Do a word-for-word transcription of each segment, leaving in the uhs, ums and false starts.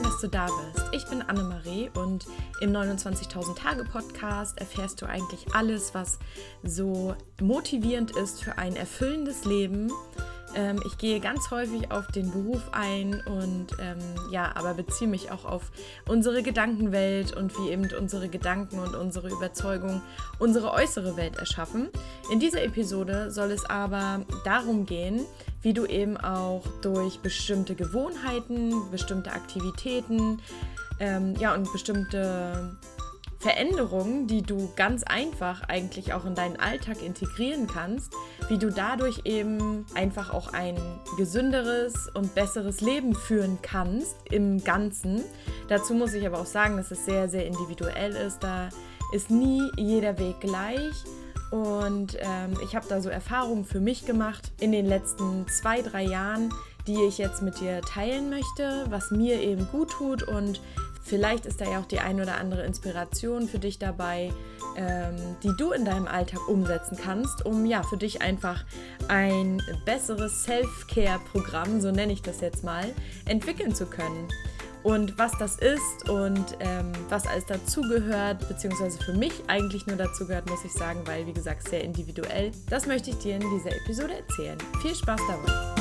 dass du da bist. Ich bin Annemarie und im neunundzwanzigtausend Tage Podcast erfährst du eigentlich alles, was so motivierend ist für ein erfüllendes Leben. Ähm, ich gehe ganz häufig auf den Beruf ein und ähm, ja, aber beziehe mich auch auf unsere Gedankenwelt und wie eben unsere Gedanken und unsere Überzeugung unsere äußere Welt erschaffen. In dieser Episode soll es aber darum gehen, wie du eben auch durch bestimmte Gewohnheiten, bestimmte Aktivitäten ähm, ja, und bestimmte Veränderungen, die du ganz einfach eigentlich auch in deinen Alltag integrieren kannst, wie du dadurch eben einfach auch ein gesünderes und besseres Leben führen kannst im Ganzen. Dazu muss ich aber auch sagen, dass es sehr, sehr individuell ist. Da ist nie jeder Weg gleich. Und ähm, ich habe da so Erfahrungen für mich gemacht in den letzten zwei, drei Jahren, die ich jetzt mit dir teilen möchte, was mir eben gut tut, und vielleicht ist da ja auch die ein oder andere Inspiration für dich dabei, ähm, die du in deinem Alltag umsetzen kannst, um ja für dich einfach ein besseres Self-Care-Programm, so nenne ich das jetzt mal, entwickeln zu können. Und was das ist und ähm, was alles dazugehört, beziehungsweise für mich eigentlich nur dazugehört, muss ich sagen, weil, wie gesagt, sehr individuell. Das möchte ich dir in dieser Episode erzählen. Viel Spaß dabei!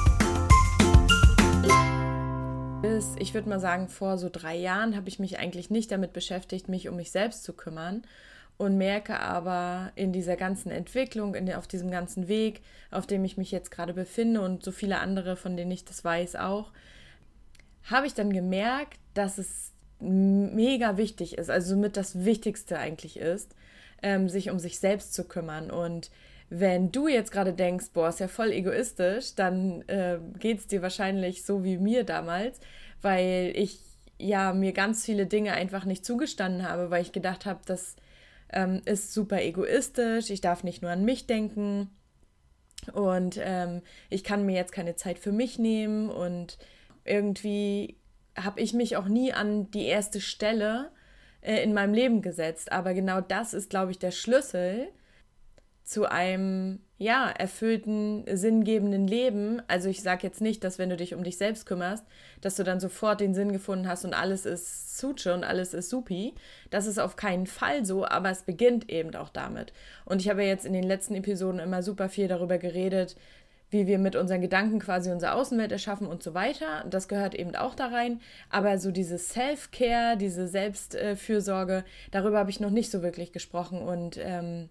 Bis, ich würde mal sagen, vor so drei Jahren habe ich mich eigentlich nicht damit beschäftigt, mich um mich selbst zu kümmern, und merke aber in dieser ganzen Entwicklung, in der, auf diesem ganzen Weg, auf dem ich mich jetzt gerade befinde und so viele andere, von denen ich das weiß auch, habe ich dann gemerkt, dass es mega wichtig ist, also somit das Wichtigste eigentlich ist, ähm, sich um sich selbst zu kümmern. Und wenn du jetzt gerade denkst, boah, ist ja voll egoistisch, dann äh, geht es dir wahrscheinlich so wie mir damals, weil ich ja mir ganz viele Dinge einfach nicht zugestanden habe, weil ich gedacht habe, das ähm, ist super egoistisch, ich darf nicht nur an mich denken und ähm, ich kann mir jetzt keine Zeit für mich nehmen, und irgendwie habe ich mich auch nie an die erste Stelle äh, in meinem Leben gesetzt. Aber genau das ist, glaube ich, der Schlüssel zu einem ja, erfüllten, sinngebenden Leben. Also ich sage jetzt nicht, dass wenn du dich um dich selbst kümmerst, dass du dann sofort den Sinn gefunden hast und alles ist Suche und alles ist supi. Das ist auf keinen Fall so, aber es beginnt eben auch damit. Und ich habe ja jetzt in den letzten Episoden immer super viel darüber geredet, wie wir mit unseren Gedanken quasi unsere Außenwelt erschaffen und so weiter. Das gehört eben auch da rein. Aber so diese Self-Care, diese Selbstfürsorge, darüber habe ich noch nicht so wirklich gesprochen. Und ähm,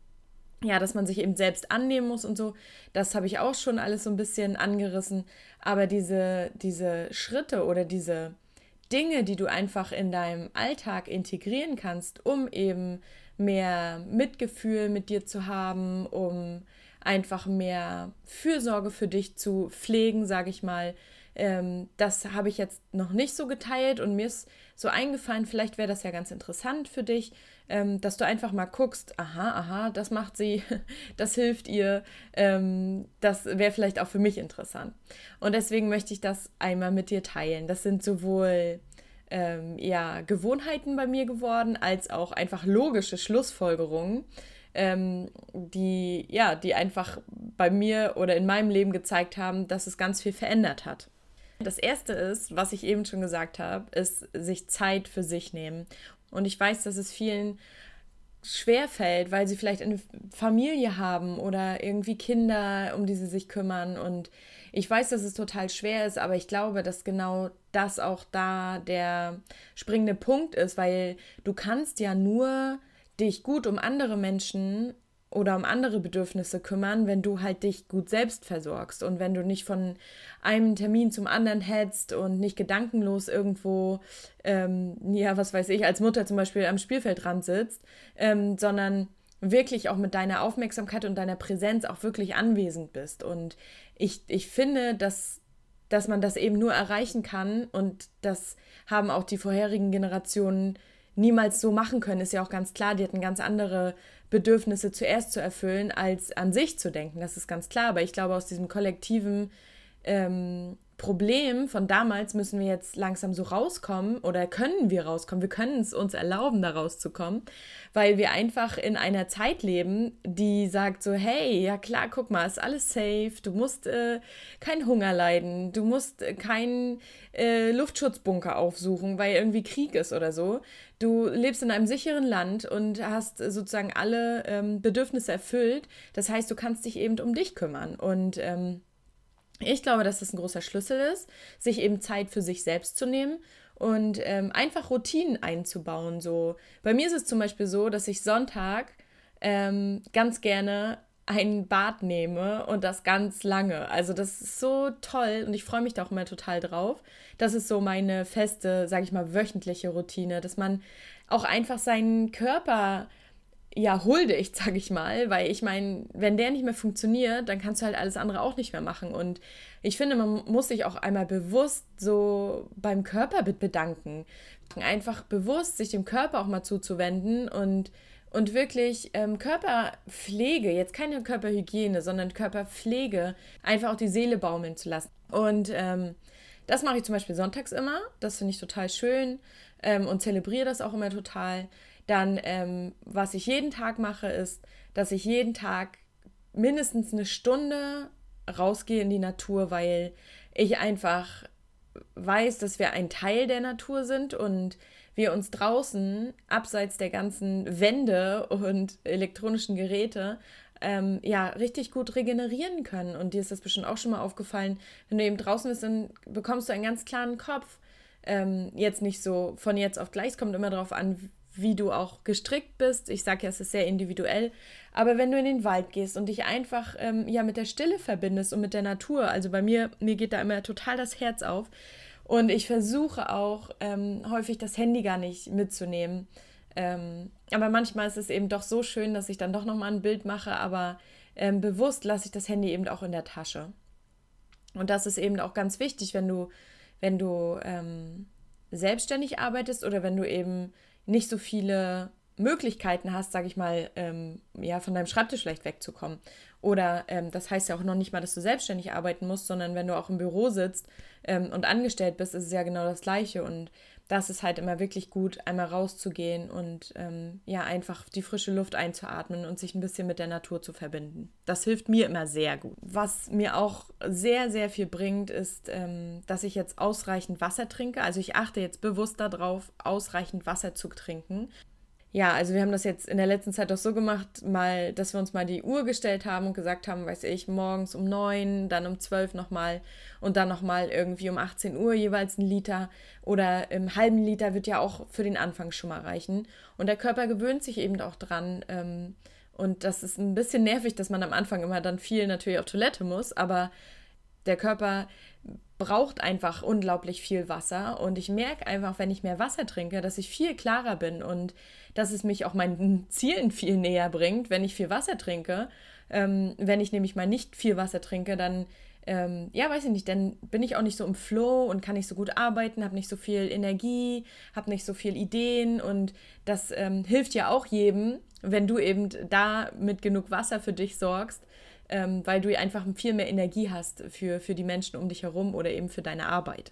ja, dass man sich eben selbst annehmen muss und so, das habe ich auch schon alles so ein bisschen angerissen. Aber diese, diese Schritte oder diese Dinge, die du einfach in deinem Alltag integrieren kannst, um eben mehr Mitgefühl mit dir zu haben, um einfach mehr Fürsorge für dich zu pflegen, sage ich mal. Ähm, das habe ich jetzt noch nicht so geteilt, und mir ist so eingefallen, vielleicht wäre das ja ganz interessant für dich, ähm, dass du einfach mal guckst, aha, aha, das macht sie, das hilft ihr, ähm, das wäre vielleicht auch für mich interessant. Und deswegen möchte ich das einmal mit dir teilen. Das sind sowohl ähm, ja, Gewohnheiten bei mir geworden, als auch einfach logische Schlussfolgerungen, Ähm, die, ja, die einfach bei mir oder in meinem Leben gezeigt haben, dass es ganz viel verändert hat. Das erste ist, was ich eben schon gesagt habe, ist sich Zeit für sich nehmen. Und ich weiß, dass es vielen schwerfällt, weil sie vielleicht eine Familie haben oder irgendwie Kinder, um die sie sich kümmern. Und ich weiß, dass es total schwer ist, aber ich glaube, dass genau das auch da der springende Punkt ist, weil du kannst ja nur dich gut um andere Menschen oder um andere Bedürfnisse kümmern, wenn du halt dich gut selbst versorgst und wenn du nicht von einem Termin zum anderen hetzt und nicht gedankenlos irgendwo, ähm, ja, was weiß ich, als Mutter zum Beispiel am Spielfeldrand sitzt, ähm, sondern wirklich auch mit deiner Aufmerksamkeit und deiner Präsenz auch wirklich anwesend bist. Und ich, ich finde, dass dass man das eben nur erreichen kann, und das haben auch die vorherigen Generationen niemals so machen können, ist ja auch ganz klar, die hatten ganz andere Bedürfnisse zuerst zu erfüllen, als an sich zu denken, das ist ganz klar, aber ich glaube, aus diesem kollektiven ähm, Problem von damals müssen wir jetzt langsam so rauskommen oder können wir rauskommen. Wir können es uns erlauben, da rauszukommen, weil wir einfach in einer Zeit leben, die sagt so, hey, ja klar, guck mal, ist alles safe, du musst äh, keinen Hunger leiden, du musst äh, keinen äh, Luftschutzbunker aufsuchen, weil irgendwie Krieg ist oder so. Du lebst in einem sicheren Land und hast sozusagen alle ähm, Bedürfnisse erfüllt. Das heißt, du kannst dich eben um dich kümmern und ähm, ich glaube, dass das ein großer Schlüssel ist, sich eben Zeit für sich selbst zu nehmen und ähm, einfach Routinen einzubauen. So. Bei mir ist es zum Beispiel so, dass ich Sonntag ähm, ganz gerne ein Bad nehme und das ganz lange. Also das ist so toll und ich freue mich da auch immer total drauf. Das ist so meine feste, sage ich mal, wöchentliche Routine, dass man auch einfach seinen Körper ja, huldigt, sag ich mal, weil ich meine, wenn der nicht mehr funktioniert, dann kannst du halt alles andere auch nicht mehr machen und ich finde, man muss sich auch einmal bewusst so beim Körper bedanken, einfach bewusst sich dem Körper auch mal zuzuwenden und, und wirklich ähm, Körperpflege, jetzt keine Körperhygiene, sondern Körperpflege, einfach auch die Seele baumeln zu lassen und ähm, das mache ich zum Beispiel sonntags immer, das finde ich total schön ähm, und zelebriere das auch immer total. Dann, ähm, was ich jeden Tag mache, ist, dass ich jeden Tag mindestens eine Stunde rausgehe in die Natur, weil ich einfach weiß, dass wir ein Teil der Natur sind und wir uns draußen, abseits der ganzen Wände und elektronischen Geräte, ähm, ja, richtig gut regenerieren können. Und dir ist das bestimmt auch schon mal aufgefallen, wenn du eben draußen bist, dann bekommst du einen ganz klaren Kopf. Ähm, jetzt nicht so von jetzt auf gleich, es kommt immer darauf an, wie du auch gestrickt bist. Ich sage ja, es ist sehr individuell. Aber wenn du in den Wald gehst und dich einfach ähm, ja, mit der Stille verbindest und mit der Natur, also bei mir, mir geht da immer total das Herz auf. Und ich versuche auch ähm, häufig das Handy gar nicht mitzunehmen. Ähm, aber manchmal ist es eben doch so schön, dass ich dann doch nochmal ein Bild mache, aber ähm, bewusst lasse ich das Handy eben auch in der Tasche. Und das ist eben auch ganz wichtig, wenn du, wenn du ähm, selbstständig arbeitest oder wenn du eben nicht so viele Möglichkeiten hast, sage ich mal, ähm, ja, von deinem Schreibtisch vielleicht wegzukommen. Oder ähm, das heißt ja auch noch nicht mal, dass du selbstständig arbeiten musst, sondern wenn du auch im Büro sitzt ähm, und angestellt bist, ist es ja genau das Gleiche. Und das ist halt immer wirklich gut, einmal rauszugehen und ähm, ja, einfach die frische Luft einzuatmen und sich ein bisschen mit der Natur zu verbinden. Das hilft mir immer sehr gut. Was mir auch sehr, sehr viel bringt, ist, ähm, dass ich jetzt ausreichend Wasser trinke. Also ich achte jetzt bewusst darauf, ausreichend Wasser zu trinken. Ja, also wir haben das jetzt in der letzten Zeit auch so gemacht, mal, dass wir uns mal die Uhr gestellt haben und gesagt haben, weiß ich, morgens um neun, dann um zwölf nochmal und dann nochmal irgendwie um achtzehn Uhr jeweils ein Liter oder im halben Liter wird ja auch für den Anfang schon mal reichen. Und der Körper gewöhnt sich eben auch dran. Ähm, und das ist ein bisschen nervig, dass man am Anfang immer dann viel natürlich auf Toilette muss, aber der Körper braucht einfach unglaublich viel Wasser und ich merke einfach, wenn ich mehr Wasser trinke, dass ich viel klarer bin und dass es mich auch meinen Zielen viel näher bringt, wenn ich viel Wasser trinke. Ähm, wenn ich nämlich mal nicht viel Wasser trinke, dann, ähm, ja, weiß ich nicht, dann bin ich auch nicht so im Flow und kann nicht so gut arbeiten, habe nicht so viel Energie, habe nicht so viel Ideen und das ähm, hilft ja auch jedem, wenn du eben da mit genug Wasser für dich sorgst, ähm, weil du einfach viel mehr Energie hast für, für die Menschen um dich herum oder eben für deine Arbeit.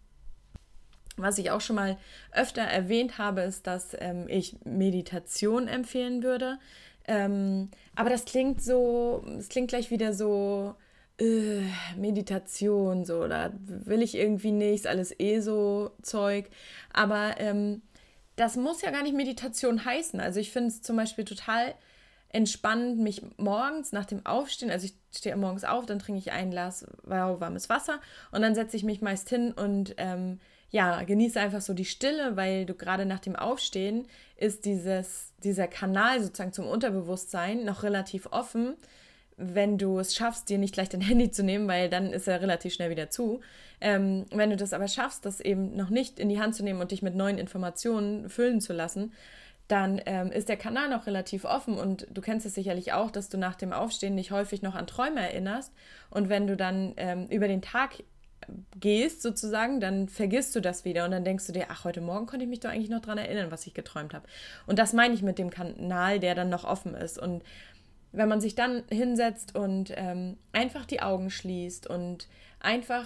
Was ich auch schon mal öfter erwähnt habe, ist, dass ähm, ich Meditation empfehlen würde. Ähm, aber das klingt so, es klingt gleich wieder so, äh, Meditation, so, da will ich irgendwie nicht, ist alles eh so Zeug. Aber ähm, das muss ja gar nicht Meditation heißen. Also ich finde es zum Beispiel total entspannend, mich morgens nach dem Aufstehen, also ich stehe morgens auf, dann trinke ich ein Glas warmes Wasser und dann setze ich mich meist hin und ähm, ja, genieße einfach so die Stille, weil du gerade nach dem Aufstehen ist dieses, dieser Kanal sozusagen zum Unterbewusstsein noch relativ offen, wenn du es schaffst, dir nicht gleich dein Handy zu nehmen, weil dann ist er relativ schnell wieder zu. Ähm, wenn du das aber schaffst, das eben noch nicht in die Hand zu nehmen und dich mit neuen Informationen füllen zu lassen, dann ähm, ist der Kanal noch relativ offen und du kennst es sicherlich auch, dass du nach dem Aufstehen dich häufig noch an Träume erinnerst und wenn du dann ähm, über den Tag gehst sozusagen, dann vergisst du das wieder und dann denkst du dir, ach, heute Morgen konnte ich mich doch eigentlich noch dran erinnern, was ich geträumt habe. Und das meine ich mit dem Kanal, der dann noch offen ist. Und wenn man sich dann hinsetzt und ähm, einfach die Augen schließt und einfach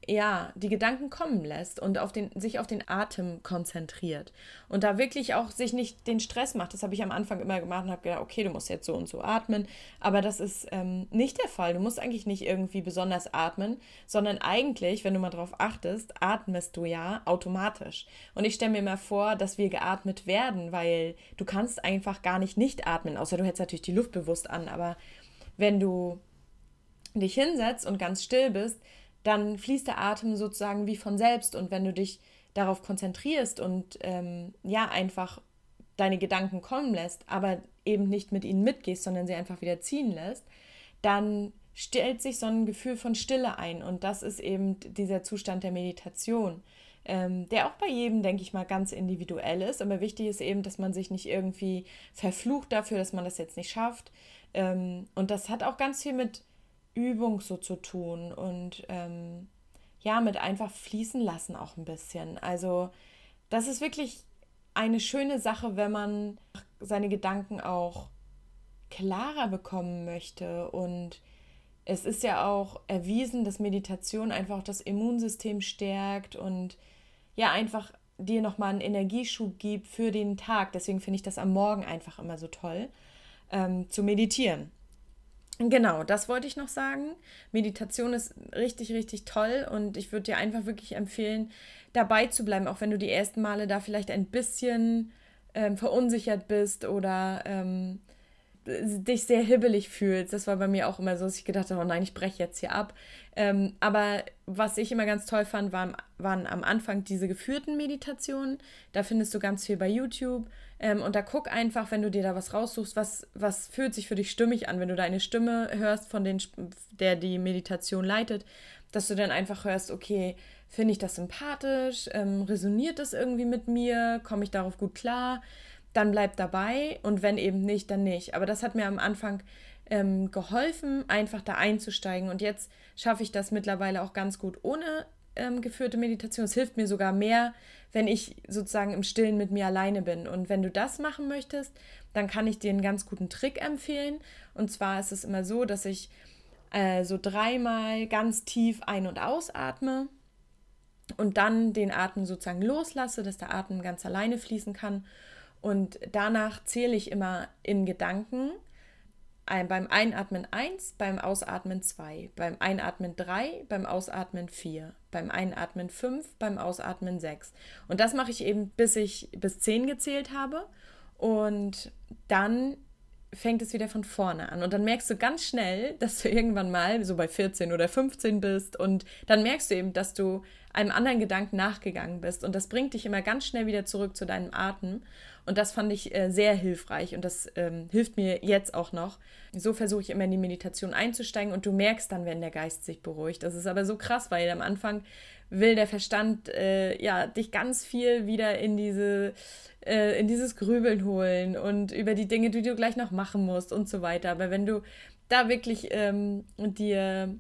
ja, die Gedanken kommen lässt und auf den, sich auf den Atem konzentriert und da wirklich auch sich nicht den Stress macht. Das habe ich am Anfang immer gemacht und habe gedacht, okay, du musst jetzt so und so atmen, aber das ist ähm, nicht der Fall. Du musst eigentlich nicht irgendwie besonders atmen, sondern eigentlich, wenn du mal drauf achtest, atmest du ja automatisch. Und ich stelle mir immer vor, dass wir geatmet werden, weil du kannst einfach gar nicht nicht atmen, außer du hältst natürlich die Luft bewusst an, aber wenn du dich hinsetzt und ganz still bist, dann fließt der Atem sozusagen wie von selbst. Und wenn du dich darauf konzentrierst und ähm, ja, einfach deine Gedanken kommen lässt, aber eben nicht mit ihnen mitgehst, sondern sie einfach wieder ziehen lässt, dann stellt sich so ein Gefühl von Stille ein. Und das ist eben dieser Zustand der Meditation, ähm, der auch bei jedem, denke ich mal, ganz individuell ist. Aber wichtig ist eben, dass man sich nicht irgendwie verflucht dafür, dass man das jetzt nicht schafft. Ähm, und das hat auch ganz viel mit Übung so zu tun und ähm, ja, mit einfach fließen lassen auch ein bisschen. Also das ist wirklich eine schöne Sache, wenn man seine Gedanken auch klarer bekommen möchte. Und es ist ja auch erwiesen, dass Meditation einfach das Immunsystem stärkt und ja, einfach dir nochmal einen Energieschub gibt für den Tag. Deswegen finde ich das am Morgen einfach immer so toll, ähm, zu meditieren. Genau, das wollte ich noch sagen. Meditation ist richtig, richtig toll und ich würde dir einfach wirklich empfehlen, dabei zu bleiben, auch wenn du die ersten Male da vielleicht ein bisschen ähm, verunsichert bist oder ähm, dich sehr hibbelig fühlst. Das war bei mir auch immer so, dass ich gedacht habe, oh nein, ich breche jetzt hier ab. Ähm, aber was ich immer ganz toll fand, waren, waren am Anfang diese geführten Meditationen. Da findest du ganz viel bei YouTube. Ähm, und da guck einfach, wenn du dir da was raussuchst, was, was fühlt sich für dich stimmig an, wenn du da eine Stimme hörst, von den, der die Meditation leitet, dass du dann einfach hörst, okay, finde ich das sympathisch, ähm, resoniert das irgendwie mit mir, komme ich darauf gut klar, dann bleib dabei und wenn eben nicht, dann nicht. Aber das hat mir am Anfang ähm, geholfen, einfach da einzusteigen und jetzt schaffe ich das mittlerweile auch ganz gut ohne ähm, geführte Meditation. Es hilft mir sogar mehr, wenn ich sozusagen im Stillen mit mir alleine bin. Und wenn du das machen möchtest, dann kann ich dir einen ganz guten Trick empfehlen. Und zwar ist es immer so, dass ich äh, so dreimal ganz tief ein- und ausatme und dann den Atem sozusagen loslasse, dass der Atem ganz alleine fließen kann. Und danach zähle ich immer in Gedanken ein, beim Einatmen eins, beim Ausatmen zwei, beim Einatmen drei, beim Ausatmen vier, beim Einatmen fünf, beim Ausatmen sechs. Und das mache ich eben, bis ich bis zehn gezählt habe. Und dann fängt es wieder von vorne an. Und dann merkst du ganz schnell, dass du irgendwann mal so bei vierzehn oder fünfzehn bist. Und dann merkst du eben, dass du einem anderen Gedanken nachgegangen bist. Und das bringt dich immer ganz schnell wieder zurück zu deinem Atem. Und das fand ich äh, sehr hilfreich und das ähm, hilft mir jetzt auch noch. So versuche ich immer in die Meditation einzusteigen und du merkst dann, wenn der Geist sich beruhigt. Das ist aber so krass, weil am Anfang will der Verstand äh, ja, dich ganz viel wieder in, diese, äh, in dieses Grübeln holen und über die Dinge, die du gleich noch machen musst und so weiter. Aber wenn du da wirklich ähm, dir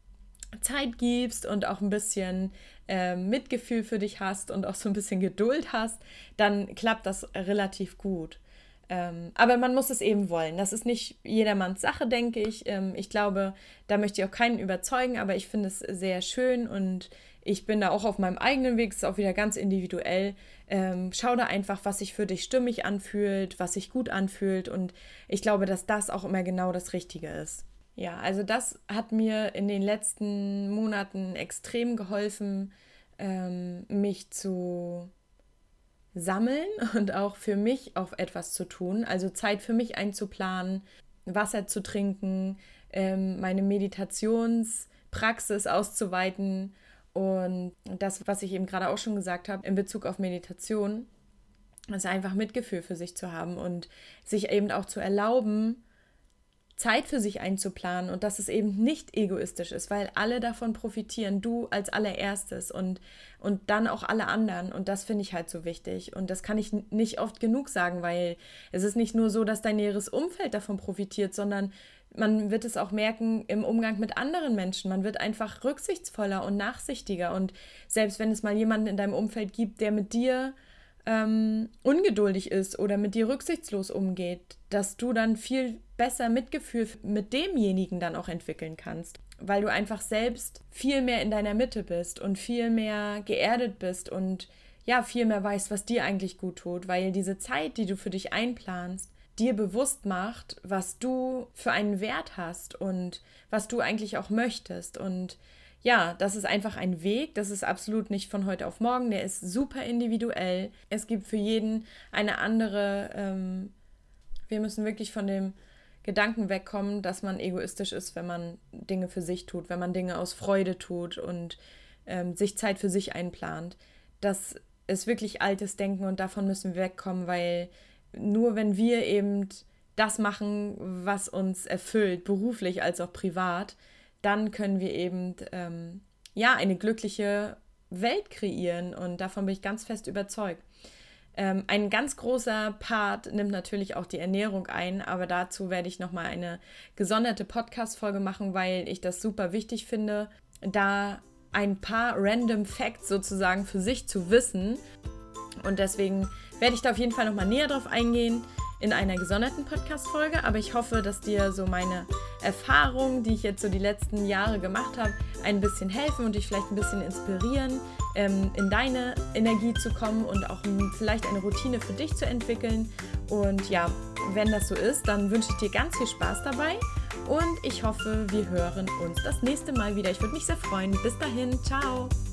Zeit gibst und auch ein bisschen äh, Mitgefühl für dich hast und auch so ein bisschen Geduld hast, dann klappt das relativ gut. Ähm, aber man muss es eben wollen. Das ist nicht jedermanns Sache, denke ich. Ähm, ich glaube, da möchte ich auch keinen überzeugen, aber ich finde es sehr schön und ich bin da auch auf meinem eigenen Weg. Es ist auch wieder ganz individuell. Ähm, schau da einfach, was sich für dich stimmig anfühlt, was sich gut anfühlt und ich glaube, dass das auch immer genau das Richtige ist. Ja, also das hat mir in den letzten Monaten extrem geholfen, ähm, mich zu sammeln und auch für mich auf etwas zu tun. Also Zeit für mich einzuplanen, Wasser zu trinken, ähm, meine Meditationspraxis auszuweiten und das, was ich eben gerade auch schon gesagt habe in Bezug auf Meditation, ist einfach Mitgefühl für sich zu haben und sich eben auch zu erlauben, Zeit für sich einzuplanen und dass es eben nicht egoistisch ist, weil alle davon profitieren, du als allererstes und, und dann auch alle anderen und das finde ich halt so wichtig und das kann ich nicht oft genug sagen, weil es ist nicht nur so, dass dein näheres Umfeld davon profitiert, sondern man wird es auch merken im Umgang mit anderen Menschen, man wird einfach rücksichtsvoller und nachsichtiger und selbst wenn es mal jemanden in deinem Umfeld gibt, der mit dir ähm, ungeduldig ist oder mit dir rücksichtslos umgeht, dass du dann viel besser Mitgefühl mit demjenigen dann auch entwickeln kannst, weil du einfach selbst viel mehr in deiner Mitte bist und viel mehr geerdet bist und ja, viel mehr weißt, was dir eigentlich gut tut, weil diese Zeit, die du für dich einplanst, dir bewusst macht, was du für einen Wert hast und was du eigentlich auch möchtest. Und ja, das ist einfach ein Weg, das ist absolut nicht von heute auf morgen, der ist super individuell. Es gibt für jeden eine andere, ähm, wir müssen wirklich von dem Gedanken wegkommen, dass man egoistisch ist, wenn man Dinge für sich tut, wenn man Dinge aus Freude tut und ähm, sich Zeit für sich einplant. Das ist wirklich altes Denken und davon müssen wir wegkommen, weil nur wenn wir eben das machen, was uns erfüllt, beruflich als auch privat, dann können wir eben ähm, ja, eine glückliche Welt kreieren und davon bin ich ganz fest überzeugt. Ähm, ein ganz großer Part nimmt natürlich auch die Ernährung ein, aber dazu werde ich nochmal eine gesonderte Podcast-Folge machen, weil ich das super wichtig finde, da ein paar random Facts sozusagen für sich zu wissen. Und deswegen werde ich da auf jeden Fall nochmal näher drauf eingehen in einer gesonderten Podcast-Folge. Aber ich hoffe, dass dir so meine Erfahrungen, die ich jetzt so die letzten Jahre gemacht habe, ein bisschen helfen und dich vielleicht ein bisschen inspirieren, ähm, in deine Energie zu kommen und auch um, vielleicht eine Routine für dich zu entwickeln. Und ja, wenn das so ist, dann wünsche ich dir ganz viel Spaß dabei. Und ich hoffe, wir hören uns das nächste Mal wieder. Ich würde mich sehr freuen. Bis dahin, ciao!